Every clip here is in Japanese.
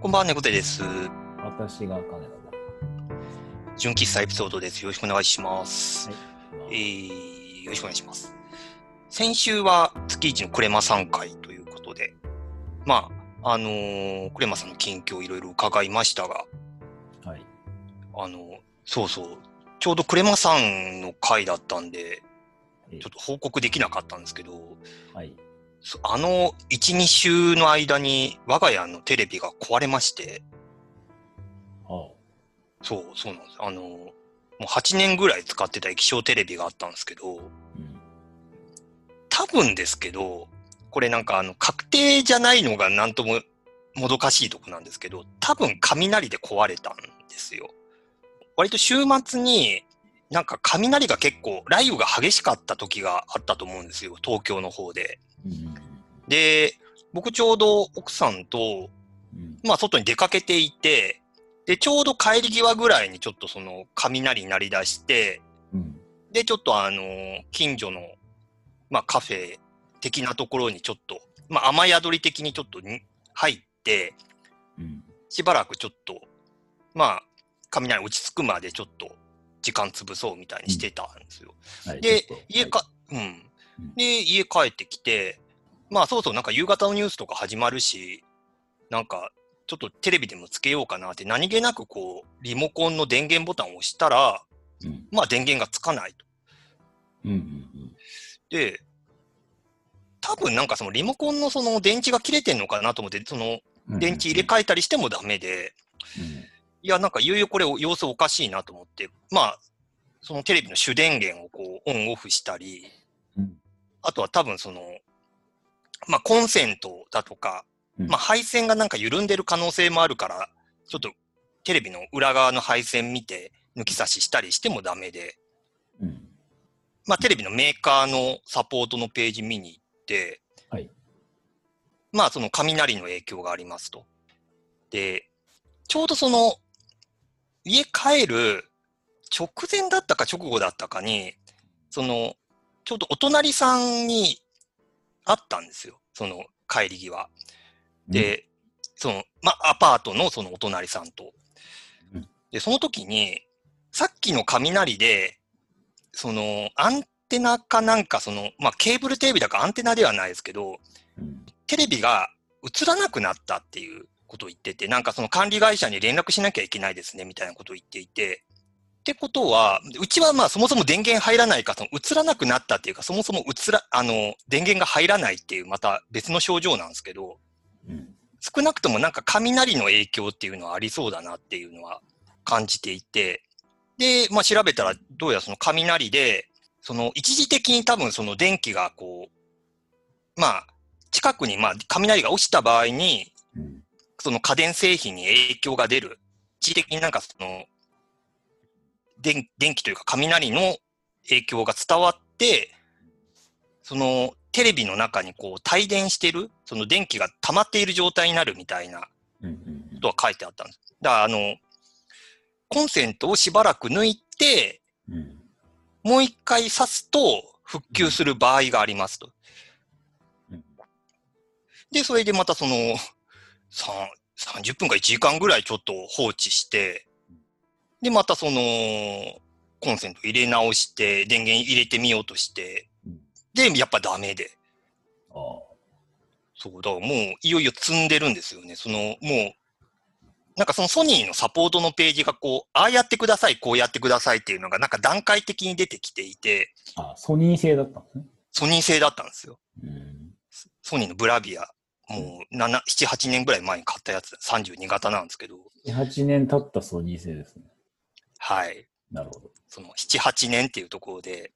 こんばんは、猫背です。 私が金田だ。 純喫茶エピソードです。よろしくお願いします。 はい。 よろしくお願いします。先週は月一のクレマさん会ということで、クレマさんの近況をいろいろ伺いましたが、 はい。 そうそう、ちょうどクレマさんの会だったんで、ちょっと報告できなかったんですけど、 はい。 1、2週の間に我が家のテレビが壊れまして、そうなんです。もう8年ぐらい使ってた液晶テレビがあったんですけど、多分ですけど、これなんか確定じゃないのがなんとももどかしいとこなんですけど、多分雷で壊れたんですよ。割と週末になんか雷が結構雷雨が激しかった時があったと思うんですよ。東京の方で。で、僕ちょうど奥さんと、外に出かけていて、で、ちょうど帰り際ぐらいにちょっとその雷鳴り出して、で、ちょっと近所の、カフェ的なところにちょっと、雨宿り的にちょっとに入って、しばらくちょっと、雷落ち着くまでちょっと時間潰そうみたいにしてたんですよ。で、家帰ってきて、そうなんか夕方のニュースとか始まるし、なんか、ちょっとテレビでもつけようかなって何気なくこう、リモコンの電源ボタンを押したら、電源がつかないと。で、多分なんかそのリモコンのその電池が切れてんのかなと思って、その電池入れ替えたりしてもダメで、いやなんかいよいよこれ様子おかしいなと思って、そのテレビの主電源をこうオンオフしたり、あとは多分その、コンセントだとか、配線がなんか緩んでる可能性もあるから、ちょっとテレビの裏側の配線見て抜き差ししたりしてもダメで、テレビのメーカーのサポートのページ見に行って、その雷の影響がありますと。で、ちょうどその家帰る直前だったか直後だったかに、そのちょうどお隣さんに会ったんですよ。その帰り際。で、その、アパートのそのお隣さんと。で、その時に、さっきの雷で、その、アンテナかなんか、その、ケーブルテレビだからアンテナではないですけど、テレビが映らなくなったっていうことを言ってて、なんかその管理会社に連絡しなきゃいけないですね、みたいなことを言っていて、ってことは、うちはそもそも電源入らないか、その映らなくなったっていうか、そもそも電源が入らないっていうまた別の症状なんですけど、少なくともなんか雷の影響っていうのはありそうだなっていうのは感じていて、で、調べたらどうやらその雷で、その一時的に多分その電気がこう、近くに雷が落ちた場合に、その家電製品に影響が出る。一時的になんかその、電気というか雷の影響が伝わって、そのテレビの中にこう帯電してる、その電気が溜まっている状態になるみたいなことは書いてあったんです。だからコンセントをしばらく抜いて、もう一回挿すと復旧する場合がありますと。で、それでまたその30分か1時間ぐらいちょっと放置して、で、またそのコンセント入れ直して、電源入れてみようとして、で、やっぱダメで。そう、だからもういよいよ積んでるんですよね。その、もう、なんかそのソニーのサポートのページがこう、ああやってください、こうやってくださいっていうのがなんか段階的に出てきていて。 ソニー製だったんですね。 ソニー製だったんですよ。ソニーのブラビア。もう7、8年ぐらい前に買ったやつ、32型なんですけど。 8年経ったソニー製ですね。 はい。 なるほど。 その7、8年っていうところで、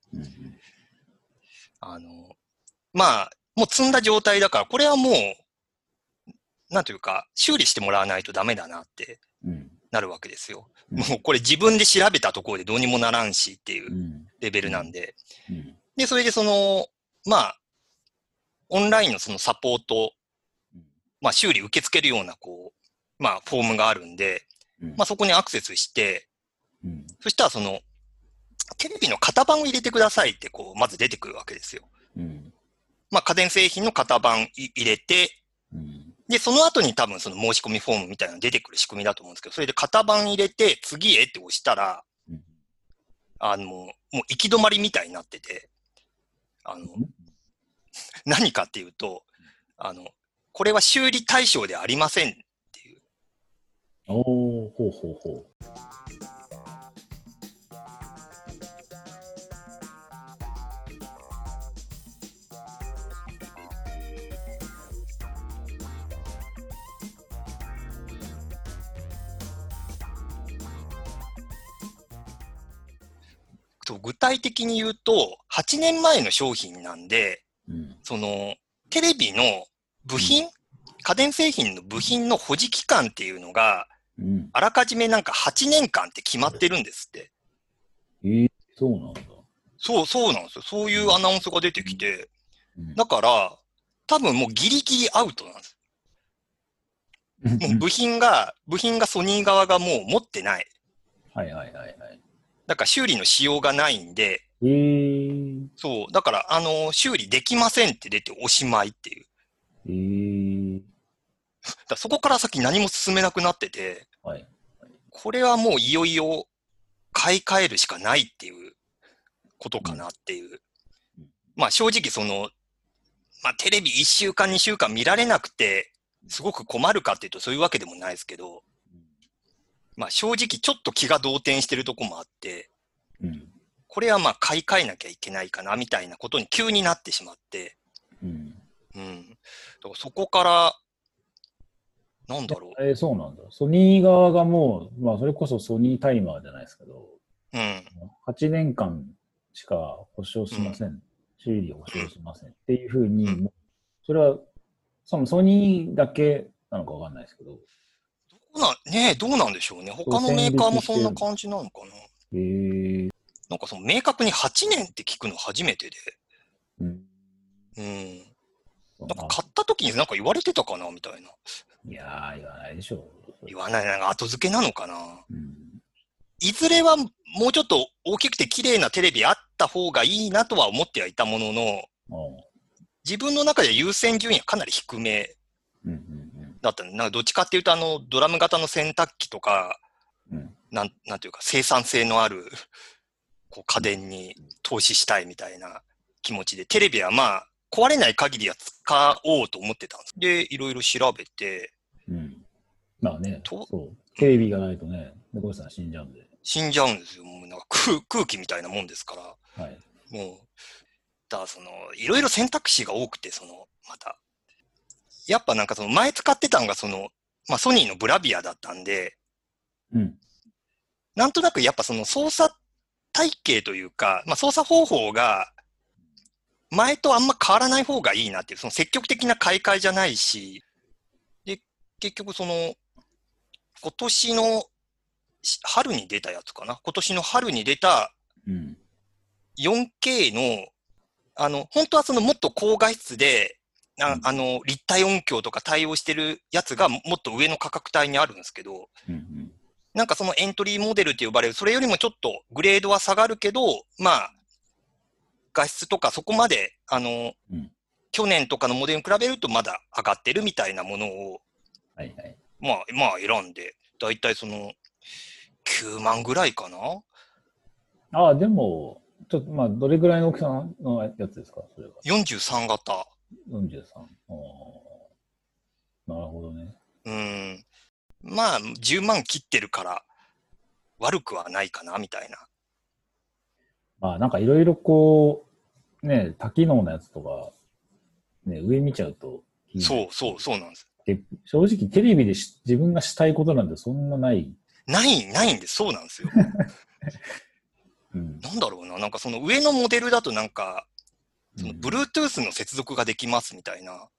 もう積んだ状態だから、これはもう、なんというか、修理してもらわないとダメだなってなるわけですよ。もうこれ自分で調べたところでどうにもならんしっていうレベルなんで。で、それでその、オンラインのそのサポート、修理受け付けるような、こう、フォームがあるんで、そこにアクセスして、そしたらその、テレビの型番を入れてくださいって、こう、まず出てくるわけですよ。家電製品の型番入れて、 で、その後に多分その申し込みフォームみたいなの出てくる仕組みだと思うんですけど、それで型番入れて、次へって押したら、もう行き止まりみたいになってて、何かっていうと、これは修理対象ではありませんっていう。 おー、ほうほうほう。 具体的に言うと、8年前の商品なんで、テレビの部品、家電製品の部品の保持期間っていうのが、あらかじめなんか8年間って決まってるんですって。 そうなんだ。 そうなんですよ。そういうアナウンスが出てきて、だから、多分もうギリギリアウトなんです。もう部品がソニー側がもう持ってない。 はいはいはいはい。 だから修理のしようがないんで、そう、だから、修理できませんって出ておしまいっていう。だそこから先何も進めなくなってて、これはもういよいよ買い替えるしかないっていうことかなっていう。まあ正直テレビ1週間2週間見られなくて、すごく困るかっていうとそういうわけでもないですけど、まあ正直ちょっと気が動転してるとこもあって、これはまあ買い替えなきゃいけないかなみたいなことに急になってしまって、だからそこから、なんだろう。そうなんだ。ソニー側がもう、まあそれこそソニータイマーじゃないですけど、8年間しか保証しません。修理を保証しません。っていうふうに、それは、そのソニーだけなのかわかんないですけど。 どうなんでしょうね。他のメーカーもそんな感じなのかな。なんか明確に8年って聞くの初めてで。なんか買った時になんか言われてたかなみたいな。 いやー、言わないでしょ。 言わない。なんか後付けなのかな。いずれはもうちょっと大きくて綺麗なテレビあった方がいいなとは思ってはいたものの、自分の中で優先順位はかなり低めだったね。なんかどっちかっていうとドラム型の洗濯機とか、なんていうか生産性のあるこう家電に投資したいみたいな気持ちで、テレビはまあ壊れない限りは使おうと思ってたんです。で、いろいろ調べて。 まあね、そう。テレビがないとね、猫さん死んじゃうんで。 死んじゃうんですよ。もうなんか空気みたいなもんですから。もう、だからいろいろ選択肢が多くて、また。やっぱなんか前使ってたのがまあソニーのブラビアだったんで、なんとなくやっぱ操作体系というか、まあ操作方法が、前とあんま変わらない方がいいなっていう、積極的な買い替えじゃないし、で、結局今年の春に出たやつかな。今年の春に出た 4K の、本当はもっと高画質で、立体音響とか対応してるやつがもっと上の価格帯にあるんですけど、なんかエントリーモデルって呼ばれる、それよりもちょっとグレードは下がるけど、まあ、画質とかそこまで、去年とかのモデルに比べるとまだ上がってるみたいなものを、まあ選んで、だいたい9万ぐらいかな。 でも、ちょっとまあ、どれぐらいの大きさのやつですか、それは。 43型。 43。なるほどね。 まあ、10万切ってるから悪くはないかな、みたいな。 まあ、なんかいろいろこう、ね、多機能なやつとか、ね、上見ちゃうと。 そうなんです。 正直テレビで自分がしたいことなんてそんなない。 ないんです。そうなんですよ。なんだろうな。なんか上のモデルだとなんか、Bluetooth の接続ができますみたいな。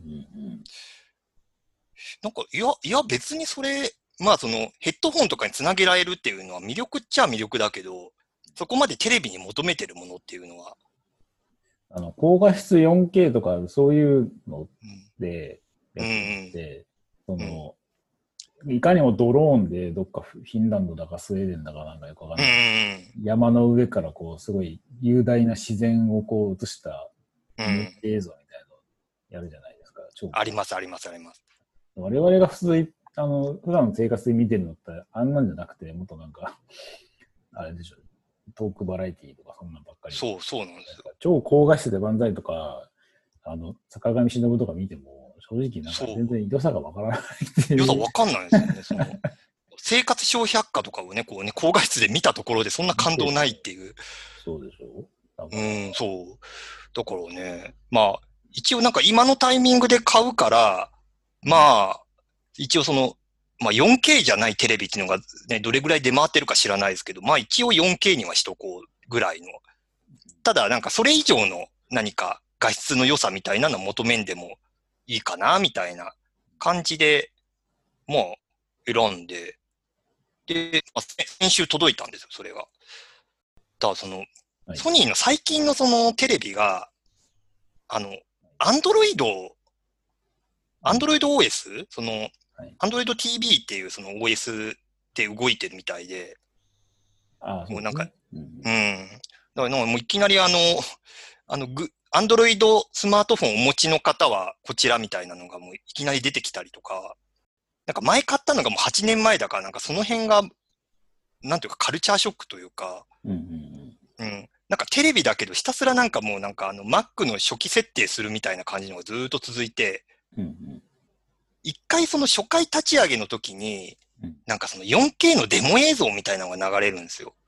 なんか、いや別にそれ、まあヘッドホンとかにつなげられるっていうのは魅力っちゃ魅力だけど、そこまでテレビに求めてるものっていうのは。 高画質 4K とかそういうので、いかにもドローンでどっかフィンランドだかスウェーデンだかなんかよくわかんない。山の上からこうすごい雄大な自然をこう映した映像みたいなのやるじゃないですか。 あります。 我々が普通に、普段の生活で見てるのってあんなんじゃなくて、もっとなんか、あれでしょ、トークバラエティーとかそんなんばっかり。 そうなんですよ。 超高画質で万歳とか、坂上忍とか見ても、正直なんか全然良さがわからないっていう。 良さわかんないですよね。生活小百科とかをね、こうね、高画質で見たところでそんな感動ないっていう。 そうでしょ。 そう。だからね、まあ、一応なんか今のタイミングで買うから、まあ、一応まあ 4K じゃないテレビっていうのがね、どれぐらい出回ってるか知らないですけど、まあ一応 4K にはしとこうぐらいの。ただなんかそれ以上の何か画質の良さみたいなのを求めんでもいいかな、みたいな感じで、もう選んで、で、まあ先週届いたんですよ、それが。だからソニーの最近のそのテレビが、アンドロイド OS? アンドロイド TV っていうその OS で動いてるみたいで、もうなんか、だからもういきなりアンドロイドスマートフォンをお持ちの方はこちらみたいなのがもういきなり出てきたりとか、なんか前買ったのがもう8年前だから、なんかその辺が、なんていうかカルチャーショックというか、なんかテレビだけどひたすらなんかもうなんかMac の初期設定するみたいな感じのがずっと続いて、一回その初回立ち上げの時に、なんかその 4K のデモ映像みたいなのが流れるんですよ。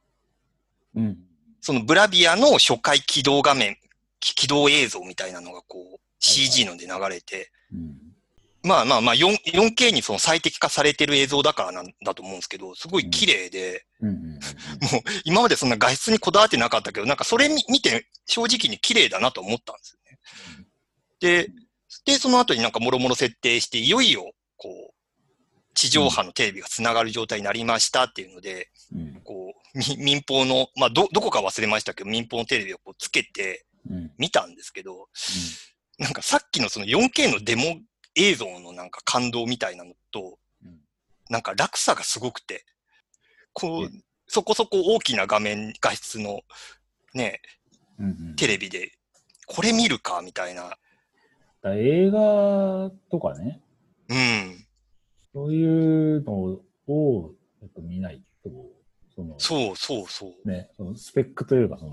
そのブラビアの初回起動画面、起動映像みたいなのがこう CG ので流れて、まあ 4K にその最適化されてる映像だからなんだと思うんですけど、すごい綺麗で、もう今までそんな画質にこだわってなかったけど、なんかそれ見て正直に綺麗だなと思ったんですよね。で、その後になんかもろもろ設定して、いよいよこう、地上波のテレビがつながる状態になりましたっていうので、こう、民放の、まあどこか忘れましたけど、民放のテレビをこうつけて見たんですけど、なんかさっきのその 4K のデモ映像のなんか感動みたいなのと、なんか落差がすごくて、こう、そこそこ大きな画質のね、テレビで、これ見るかみたいな。 映画とかね。そういうのを、見ないと、 そう。 ね、そのスペックというか、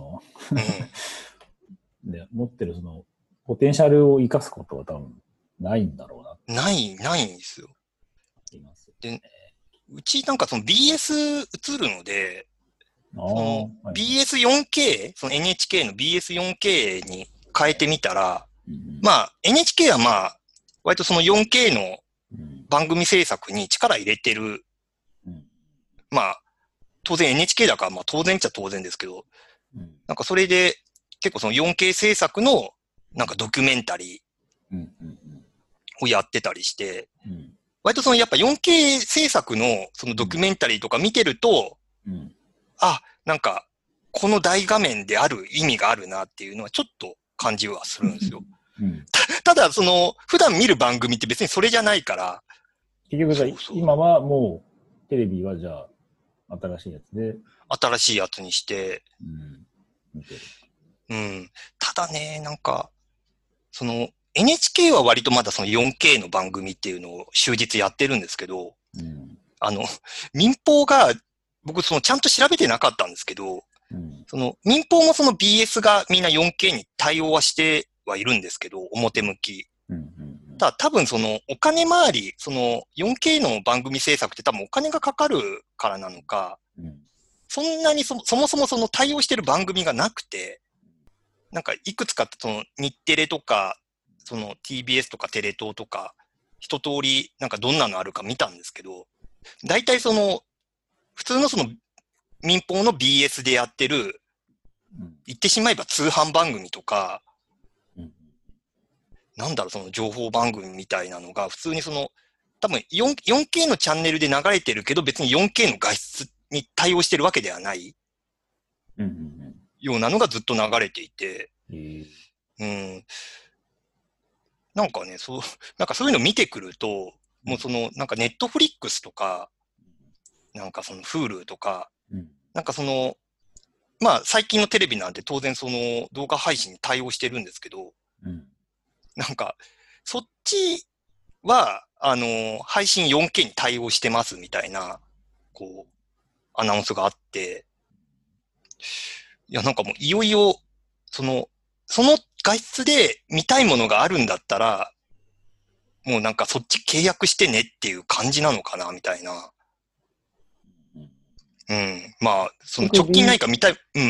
ね、持ってるポテンシャルを生かすことは多分ないんだろうな。 ないんですよ。で、うちなんかその BS 映るので、BS4K、その NHK の BS4K に変えてみたら、まあ NHK はまあ、割とその 4K の番組制作に力入れてる。まあ、当然 NHK だからまあ当然っちゃ当然ですけど、なんかそれで結構その 4K 制作のなんかドキュメンタリーをやってたりして、割とそのやっぱ 4K 制作のそのドキュメンタリーとか見てると、なんかこの大画面である意味があるなっていうのはちょっと感じはするんですよ。ただ普段見る番組って別にそれじゃないから。 結局今はもうテレビはじゃあ新しいやつで。 新しいやつにして。ただね、なんか、NHK は割とまだその 4K の番組っていうのを終日やってるんですけど、民放が、僕ちゃんと調べてなかったんですけど、民放もその BS がみんな 4K に対応はしてはいるんですけど、表向き。ただ多分お金回り、4K の番組制作って多分お金がかかるからなのか、そんなにそもそも対応してる番組がなくて、なんかいくつか日テレとか、TBS とかテレ東とか、一通りなんかどんなのあるか見たんですけど、大体普通の民放の BS でやってる、言ってしまえば通販番組とか、なんだろう、情報番組みたいなのが、普通に多分 4K のチャンネルで流れてるけど、別に 4K の画質に対応してるわけではないようなのがずっと流れていて、なんかね、なんかそういうの見てくると、もうなんかネットフリックスとか、なんかHulu とか、なんかまあ最近のテレビなんて当然動画配信に対応してるんですけど、なんか、そっちは、 配信 4K に対応してますみたいな、こう、アナウンスがあって、いや、なんかもういよいよ、その画質で見たいものがあるんだったら、もうなんかそっち契約してねっていう感じなのかな、みたいな。うん。まあ、その直近何か見たい、うんうん。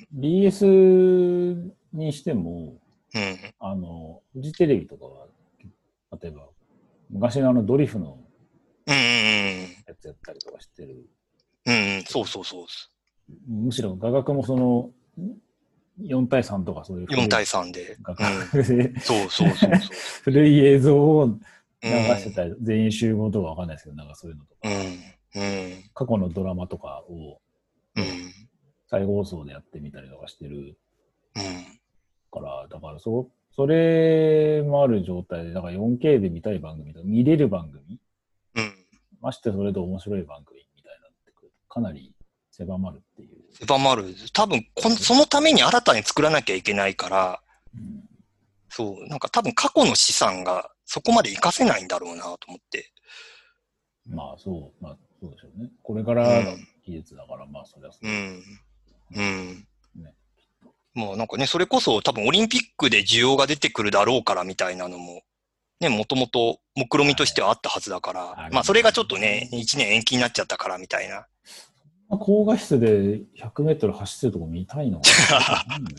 BS にしても、 うん。 フジテレビとかは、例えば、昔のドリフのうんうんうん。 やつやったりとかしてる。 うんうん、そうそうそう。 むしろ画角もその、4対3とかそういう 4対3で。 画角で、 うん、そうそうそうそう。 古い映像を流してたり、全員集合とかわかんないですけど、なんかそういうのとか、 うん。 過去のドラマとかを、 うん。 再放送でやってみたりとかしてるうん。 から、だからそれもある状態で、だから 4K で見たい番組とか、見れる番組、 うん。 ましてそれで面白い番組みたいになってくると、かなり狭まるっていう。 狭まる。多分そのために新たに作らなきゃいけないから、 うん、 そう、なんか多分過去の資産がそこまで活かせないんだろうなと思って。 まあそうでしょうね。これからの技術だから、まあそりゃそう。 うん。うん。 ね、 もうなんかね、それこそ多分オリンピックで需要が出てくるだろうからみたいなのも、ね、もともと目論見としてはあったはずだから、 はい、 まあそれがちょっとね、1年延期になっちゃったからみたいな。 高画質で100メートル走ってるとこ見たいのかな、ね、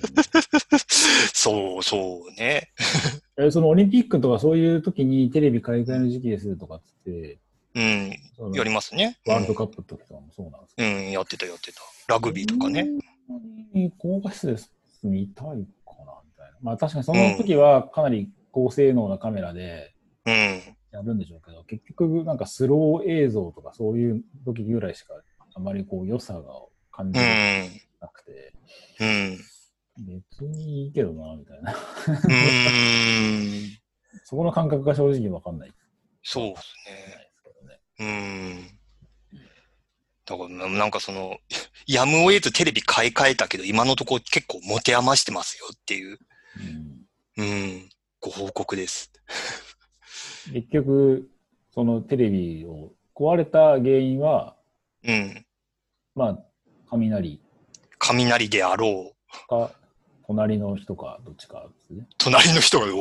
そうね。 そのオリンピックとかそういう時にテレビ買い替えの時期ですとかって、 うん。やりますね。 ワールドカップの時とかもそうなんですうん、やってた。ラグビーとかね。 高画質です見たいかなみたいな。まあ確かにその時はかなり高性能なカメラでやるんでしょうけど、結局なんかスロー映像とかそういう時ぐらいしかあまりこう良さが感じなくて、別にいいけどなみたいな。そこの感覚が正直わかんない。 そうですね。だからなんかやむを得ずテレビ買い替えたけど、今のところ結構持て余してますよっていう、ご報告です。 結局、そのテレビを壊れた原因は、まあ、雷であろうか、隣の人か、どっちかですね。 隣の人が、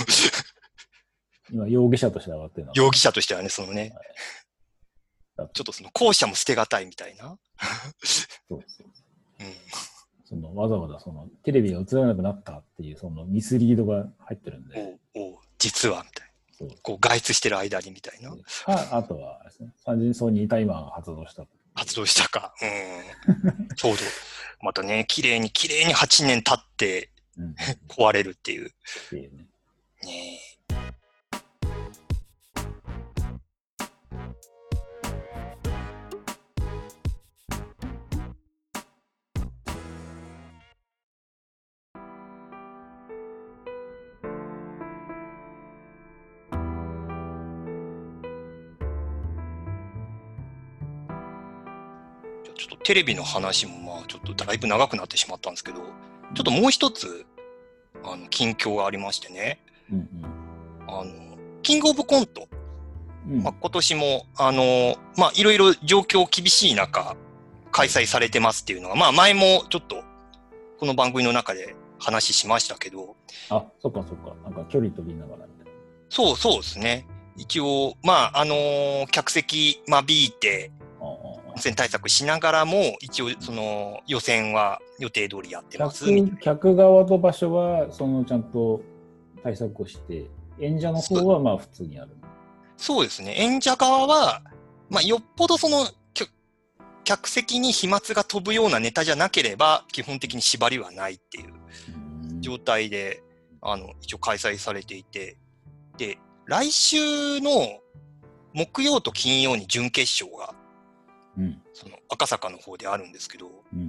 今、容疑者として上がってるのは。 容疑者としてはね、はい、ちょっと後者も捨てがたいみたいな。 そう。わざわざテレビが映らなくなったっていうミスリードが入ってるんで。 実はみたいな。こう外出してる間にみたいな。 あとはですね、単純にソニータイマーが発動した。 発動したか。ちょうど。またね、綺麗に8年経って壊れるっていう。ねえ。ちょっとテレビの話もまあちょっとだいぶ長くなってしまったんですけど、ちょっともう一つ近況がありましてね、キングオブコント、今年もまあいろいろ状況厳しい中開催されてますっていうのが、まあ前もちょっとこの番組の中で話しましたけど、 そっかなんか距離取りながらみたいな。 そうですね。一応まあ客席間引いて感染対策しながらも、一応予選は予定通りやってます。 客側と場所はちゃんと対策をして、演者の方はまあ普通にやる。 そうですね。演者側は、まあよっぽど客席に飛沫が飛ぶようなネタじゃなければ、基本的に縛りはないっていう状態で、一応開催されていて、で、来週の木曜と金曜に準決勝が、赤坂の方であるんですけど、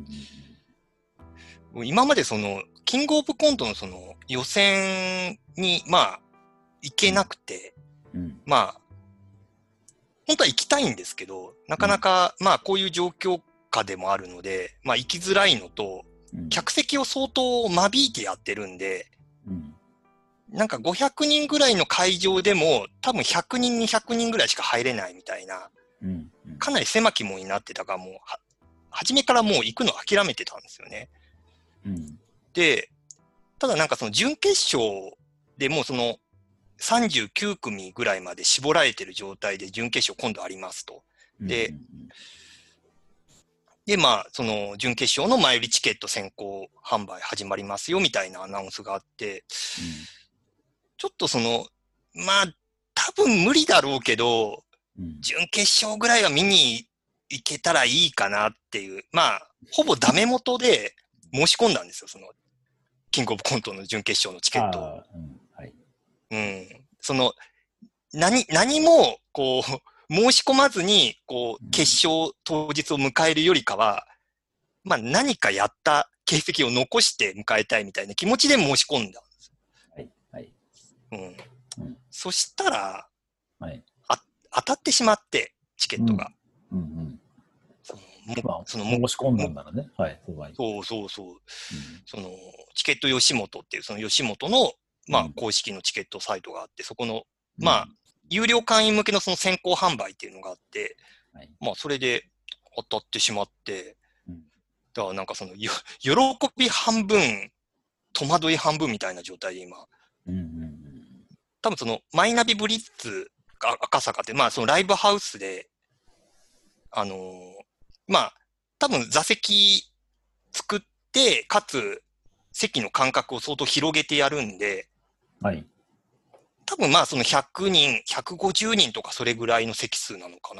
今までキングオブコントの予選に、まあ、行けなくて、まあ、本当は行きたいんですけど、なかなか、まあ、こういう状況下でもあるので、まあ、行きづらいのと、客席を相当間引いてやってるんで、 なんか500人ぐらいの会場でも、多分100人、200人ぐらいしか入れないみたいな、かなり狭き門になってたから、もう、初めからもう行くの諦めてたんですよね。で、ただなんかその準決勝でもうその39組ぐらいまで絞られてる状態で準決勝今度ありますと。で、まあ、その準決勝の前売りチケット先行販売始まりますよみたいなアナウンスがあって、ちょっとその、まあ、多分無理だろうけど、準決勝ぐらいは見に行けたらいいかなっていう、まあ、ほぼダメ元で申し込んだんですよ、その、キングオブコントの準決勝のチケットを。その、何も、こう、申し込まずに、こう、決勝当日を迎えるよりかは、まあ何かやった形跡を残して迎えたいみたいな気持ちで申し込んだんです。そしたら、当たってしまって、チケットが。 その申し込んだんならね。 そう。その、チケット吉本っていう、その吉本の、まあ、公式のチケットサイトがあって、そこの、まあ、有料会員向けのその先行販売っていうのがあって、まあ、それで当たってしまって、だからなんかその、喜び半分、戸惑い半分みたいな状態で今。多分その、マイナビブリッツ赤坂って、まあそのライブハウスで、まあ、多分座席作って、かつ席の間隔を相当広げてやるんで、多分まあその100人、150人とかそれぐらいの席数なのかな。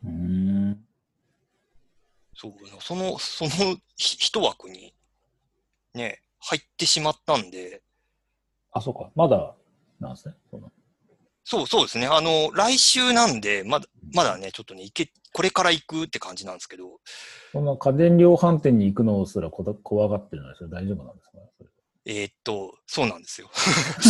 そう、その一枠にね、入ってしまったんで。 あ、そうか。まだなんですね。 そうですね。来週なんで、まだね、ちょっとね、これから行くって感じなんですけど。 その家電量販店に行くのすら怖がってるので、それ大丈夫なんですかね。 そうなんですよ。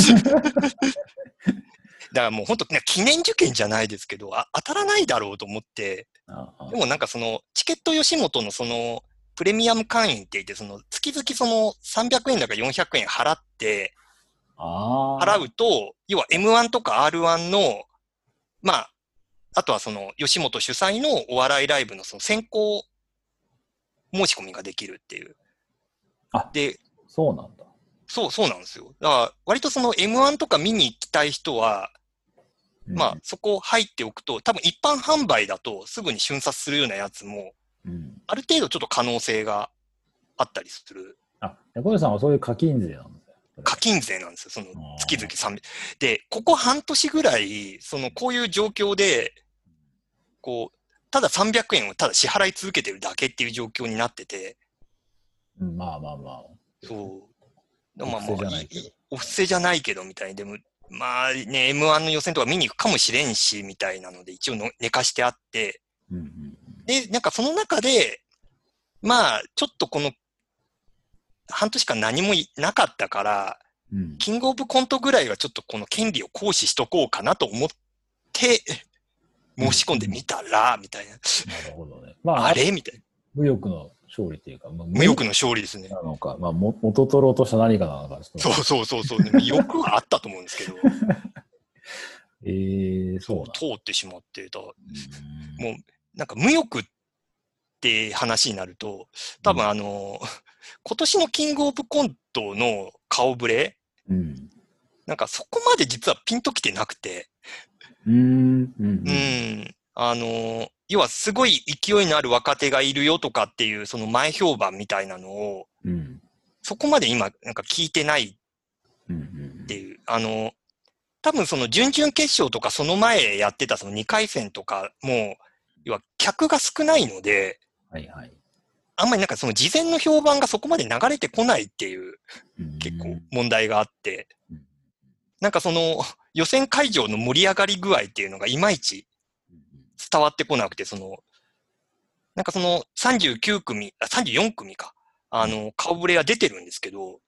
だからもう本当ね、記念受験じゃないですけど、当たらないだろうと思って、でもなんかその、チケット吉本のその、プレミアム会員って言って、その、月々その300円だか400円払って、払うと、要は M1 とか R1 の、まあ、あとはその、吉本主催のお笑いライブのその先行申し込みができるっていう。 で、そうなんだ。 そうなんですよ。だから、割とその M1 とか見に行きたい人は、まあ、そこ入っておくと、多分一般販売だとすぐに瞬殺するようなやつも、ある程度ちょっと可能性があったりする。 小出さんはそういう課金税なんですよ。 課金税なんですよ。その月々300。で、ここ半年ぐらい、こういう状況で、こう、ただ300円をただ支払い続けてるだけっていう状況になってて。 まあ。 そう。お布施じゃないけどみたいでも、まあね、M1 の予選とか見に行くかもしれんし、みたいなので一応寝かしてあって、で、なんかその中で、まあ、ちょっとこの、半年間何もなかったから、キングオブコントぐらいはちょっとこの権利を行使しとこうかなと思って、申し込んでみたら、みたいな。 なるほどね。まあ、 あれみたいな。 無欲の勝利っていうか、 無欲の勝利ですね。 なのか、まあ、元取ろうとした何かなのか。 そう。欲はあったと思うんですけど。 そう通ってしまってた。もう、なんか無欲って話になると、多分今年のキングオブコントの顔ぶれ、なんかそこまで実はピンときてなくて。要はすごい勢いのある若手がいるよとかっていう、その前評判みたいなのを、そこまで今なんか聞いてないっていう、多分その準々決勝とかその前やってたその2回戦とかも、要は客が少ないので、あんまりなんかその事前の評判がそこまで流れてこないっていう結構問題があって、なんかその予選会場の盛り上がり具合っていうのがいまいち伝わってこなくて、なんかその34組か、顔ぶれが出てるんですけど、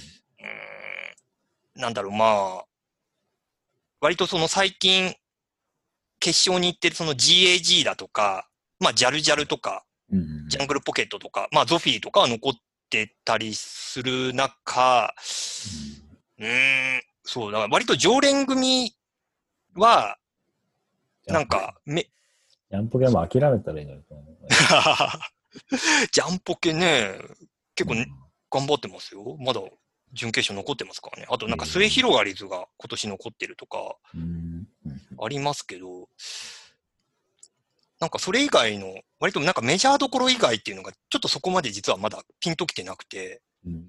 なんだろう、まあ、割とその最近、決勝に行ってるその GAG だとか、まあ、ジャルジャルとか、ジャングルポケットとか、まあ、ゾフィーとかは残ってたりする中、 そう、だから割と常連組は、なんか、 ジャンポケはもう諦めたらいいのにと思う。 ジャンポケね、結構、頑張ってますよ。まだ準決勝残ってますからね。あとなんか末広がりずが今年残ってるとか、ありますけど、なんかそれ以外の、割となんかメジャーどころ以外っていうのが、ちょっとそこまで実はまだピンときてなくて、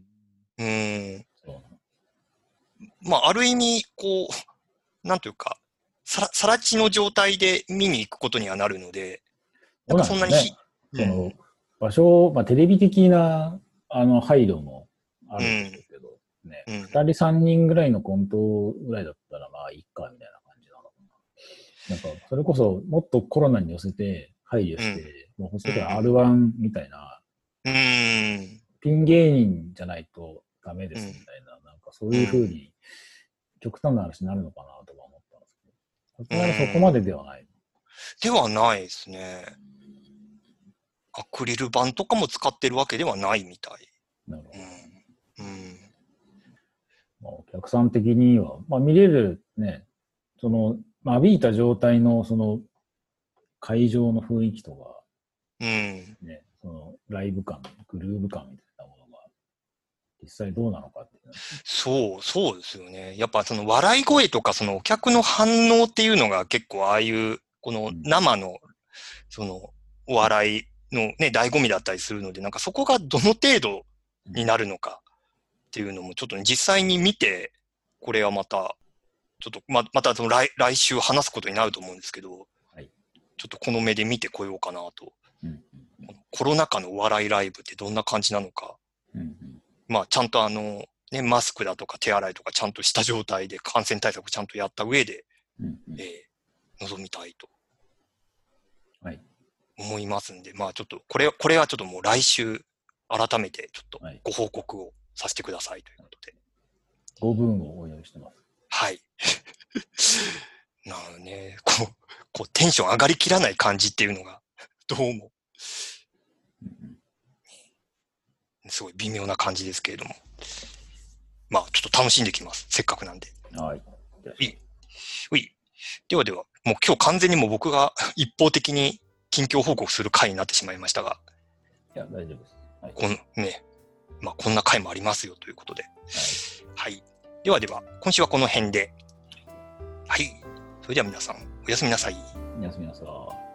まあある意味、こう、なんというか、さら地の状態で見に行くことにはなるので、なんかそんなにその場所、まあテレビ的な配慮もあるんですけど、ね、2人3人ぐらいのコントぐらいだったらまあいいかみたいな感じなのかな。なんかそれこそもっとコロナに寄せて配慮して、もうほんと R1 みたいな、ピン芸人じゃないとダメですみたいな、なんかそういう風に極端な話になるのかなとか思ったんですけど、そこまでではない。 ではないですね。アクリル板とかも使ってるわけではないみたい。 なるほど。まあ、お客さん的には、まあ見れるね、その、間引いた状態のその会場の雰囲気とか、ね、そのライブ感、グルーヴ感みたいなものが実際どうなのかっていう、ね。 そうですよね。やっぱその笑い声とかそのお客の反応っていうのが結構ああいうこの生のそのお笑いのね、醍醐味だったりするので、なんかそこがどの程度になるのかっていうのもちょっと、ね、実際に見て、これはまた、ちょっとまたその来週話すことになると思うんですけど、はい、ちょっとこの目で見てこようかなと。コロナ禍のお笑いライブってどんな感じなのか。まあちゃんとね、マスクだとか手洗いとかちゃんとした状態で感染対策ちゃんとやった上で、臨みたいと。思いますんで、まあちょっと、これはちょっともう来週、改めてちょっとご報告をさせてくださいということで。 ご文をお用意してます。 はい。なのでね、こうテンション上がりきらない感じっていうのが、どうも、すごい微妙な感じですけれども。まあちょっと楽しんできます。せっかくなんで。 はい。 では、もう今日完全にもう僕が一方的に近況報告する回になってしまいましたが。 いや、大丈夫です。 まあこんな回もありますよということで。はい。では、今週はこの辺で。はい。それでは皆さん、おやすみなさい。 おやすみなさい。